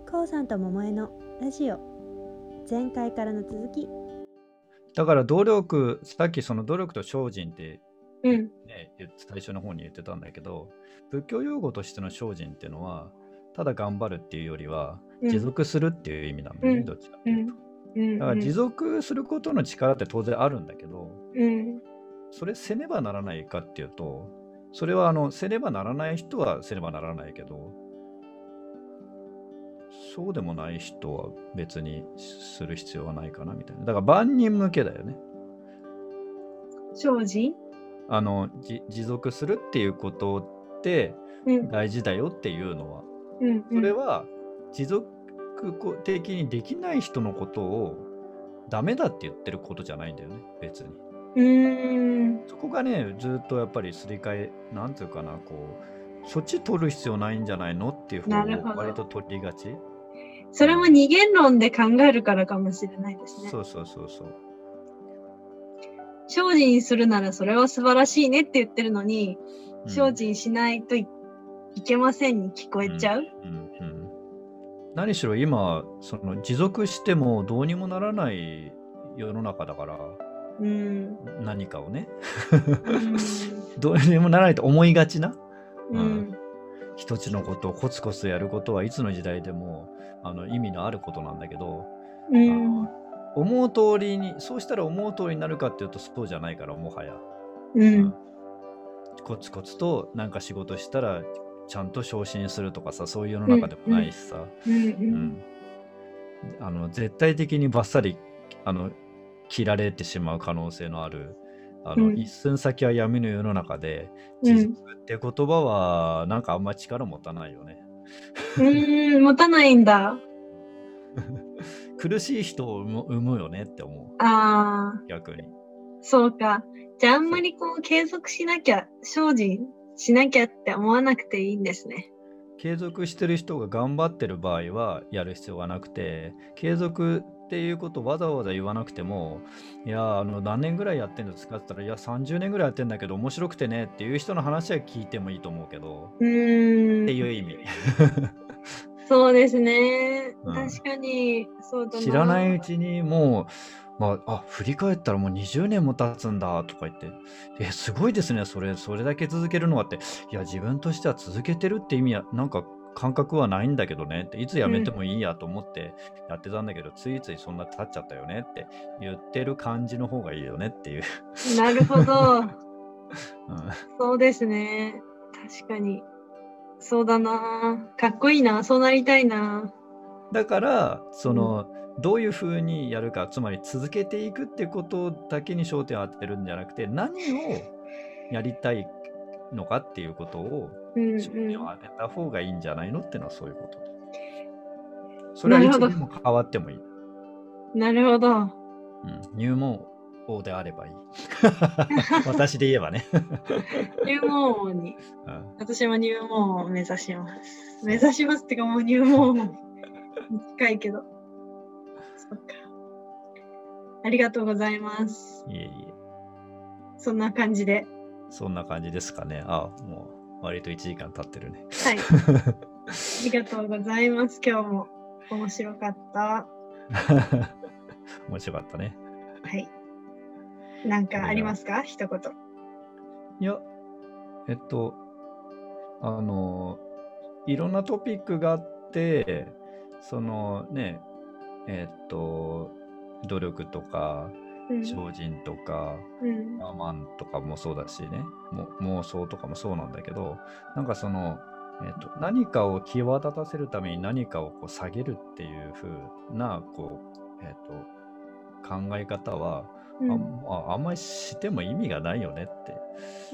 こうさんと桃江のラジオ、前回からの続き。 だから努力、さっきその努力と精進ってうんね、最初の方に言ってたんだけど、仏教用語としての精進っていうのは、ただ頑張るっていうよりは、持続するっていう意味なんだよね、どっちかっていうと。だから持続することの力って当然あるんだけど、それせねばならないかっていうと、それはせねばならない人はせねばならないけど、そうでもない人は別にする必要はないかなみたいな。だから万人向けだよね。 精進持続するっていうことって大事だよっていうのは、それは持続的にできない人のことをダメだって言ってることじゃないんだよね、別に。そこがね、ずっとやっぱりすり替え、なんていうかな、こうそっち取る必要ないんじゃないのっていう方を割と取りがち。 それも二元論で考えるからかもしれないですね。 そう。 精進するならそれは素晴らしいねって言ってるのに、精進しないと いけませんに聞こえちゃう。 何しろ今その持続してもどうにもならない世の中だから、何かをねどうにもならないと思いがちな、一つのことをコツコツやることはいつの時代でも意味のあることなんだけど、思う通りに、そうしたら思う通りになるかっていうとそうじゃないから、もはや、コツコツとなんか仕事したらちゃんと昇進するとかさ、そういう世の中でもないしさ、絶対的にバッサリ切られてしまう可能性のある一寸先は闇の世の中で、持続って言葉はなんかあんまり力持たないよね。 持たないんだ。 苦しい人を生むよねって思う。逆に。 そうか。じゃああんまりこう継続しなきゃ、精進しなきゃって思わなくていいんですね。 継続してる人が頑張ってる場合はやる必要がなくて、継続っていうことをわざわざ言わなくても、いや何年ぐらいやってんのですかって言ったら、いや30年ぐらいやってんだけど面白くてねっていう人の話は聞いてもいいと思うけど、っていう意味。 そうですね。確かにそうだな。 知らないうちにもう、振り返ったらもう20年も経つんだとか言って、すごいですね、それだけ続けるのはって。いや、自分としては続けてるって意味はなんか感覚はないんだけどねって、いつやめてもいいやと思ってやってたんだけど、ついついそんな経っちゃったよねって言ってる感じの方がいいよねっていう。 なるほど。そうですね。確かに。そうだな。かっこいいな。そうなりたいな。 だからどういうふうにやるか、つまり続けていくってことだけに焦点を当てるんじゃなくて、何をやりたいのかっていうことを焦点を当てた方がいいんじゃないのっていうのはそういうこと。それはいつでも変わってもいい。 なるほど。 入門王であればいい。私で言えばね。 入門王に。私も入門王を目指します。目指しますってかもう入門王に近いけど。そっか。ありがとうございます。 いえ。 そんな感じで。 そんな感じですかね。もう割と1時間経ってるね。 はい。ありがとうございます。今日も面白かった。 面白かったね。 はい。なんかありますか？一言。 いや、いろんなトピックがあって、努力とか、精進とか、我慢とかもそうだしね、妄想とかもそうなんだけど、なんか何かを際立たせるために何かをこう下げるっていう風な考え方は、あんまりしても意味がないよねって。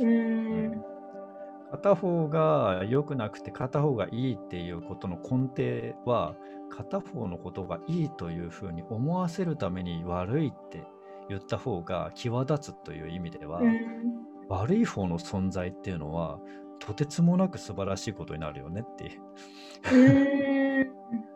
片方が良くなくて片方がいいっていうことの根底は、片方のことがいいというふうに思わせるために悪いって言った方が際立つという意味では、悪い方の存在っていうのはとてつもなく素晴らしいことになるよねっていう。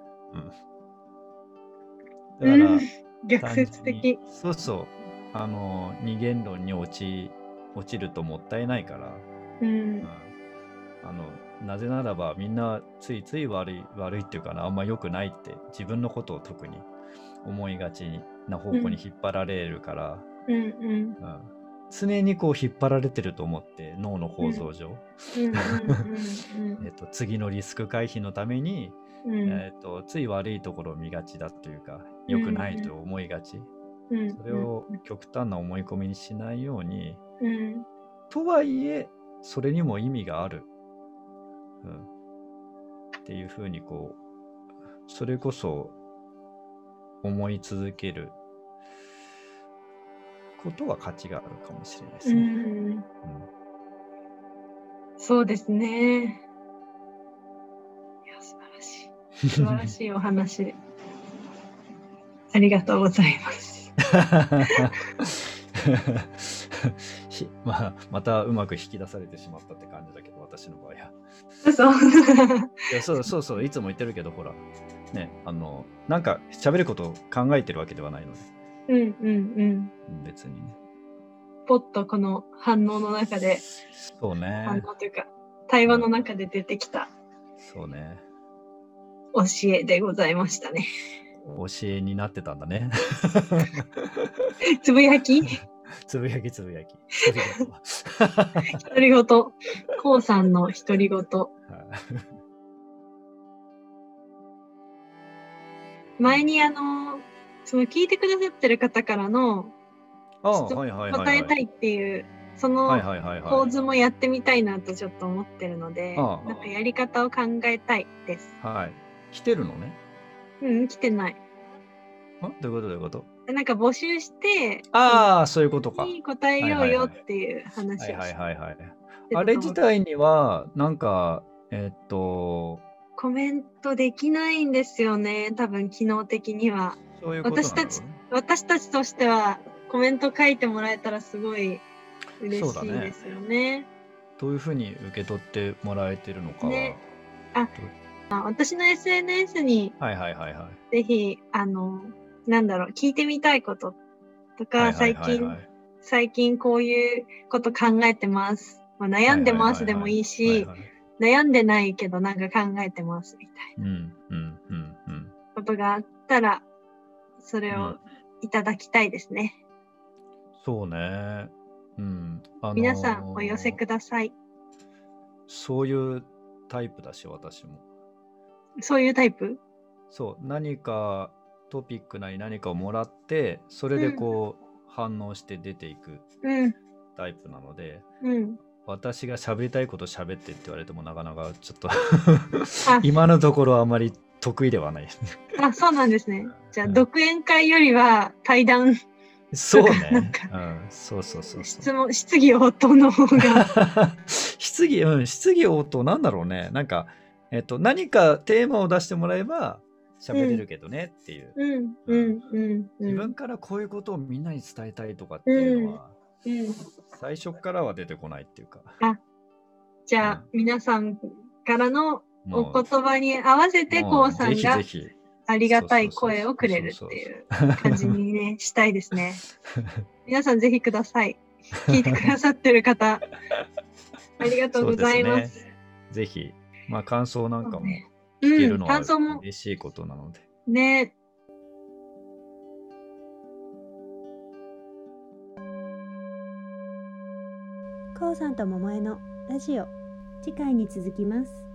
だから逆説的。 そう二元論に落ちるともったいないから、 なぜならばみんなついつい悪いっていうかな、あんま良くないって自分のことを特に思いがちな方向に引っ張られるから、常にこう引っ張られてると思って、脳の構造上次のリスク回避のために、つい悪いところを見がちだというか、良くないと思いがち、それを極端な思い込みにしないように、とはいえそれにも意味がある、っていうふうにこう、それこそ思い続けることは価値があるかもしれないですね。 そうですね。いや、素晴らしいお話ありがとうございます。 またうまく引き出されてしまったって感じだけど、私の場合は。そういつも言ってるけど、ほらね、なんか喋ることを考えてるわけではないので。別にね。 ポッとこの反応の中で、 そうね。 反応というか対話の中で出てきた、 そうね。 教えでございましたね。 教えになってたんだね。 つぶやき。 つぶやき。独り言。こうさんの独り言。前にその聞いてくださってる方からの質問に答えたいっていうその構図もやってみたいなとちょっと思ってるので、なんかやり方を考えたいです。 来てるのね。 来てない。 どういうことなんか募集して、 そういうことか。 に答えようよっていう話をして。 あれ自体にはなんかコメントできないんですよね、多分機能的には。 そういうことなんだろうね。 私たちとしてはコメント書いてもらえたらすごい嬉しいですよね。 どういうふうに受け取ってもらえてるのかは、ね、 私の SNS にぜひ聞いてみたいこととか、最近こういうこと考えてます、悩んでますでもいいし、悩んでないけどなんか考えてますみたいなことがあったらそれをいただきたいですね。 そうね。 皆さんお寄せください。 そういうタイプだし、私も。 そういうタイプ？ そう、何かトピックなり何かをもらって、それでこう、反応して出ていくタイプなので、私が喋りたいこと喋ってって言われてもなかなかちょっと今のところあまり得意ではない。 そうなんですね。じゃあ、独演会よりは対談。 そうね。そう。 質疑応答の方が。 質疑応答なんだろうね。なんか、何かテーマを出してもらえば喋れるけどねっていう。自分からこういうことをみんなに伝えたいとかっていうのは、最初からは出てこないっていうか。 じゃあ、皆さんからのお言葉に合わせてこうさんがありがたい声をくれるっていう感じにねしたいですね。皆さんぜひください。聞いてくださってる方ありがとうございます。 ぜひ感想なんかも聞けるのは嬉しいことなので。 ね。 こうさんと桃江のラジオ、次回に続きます。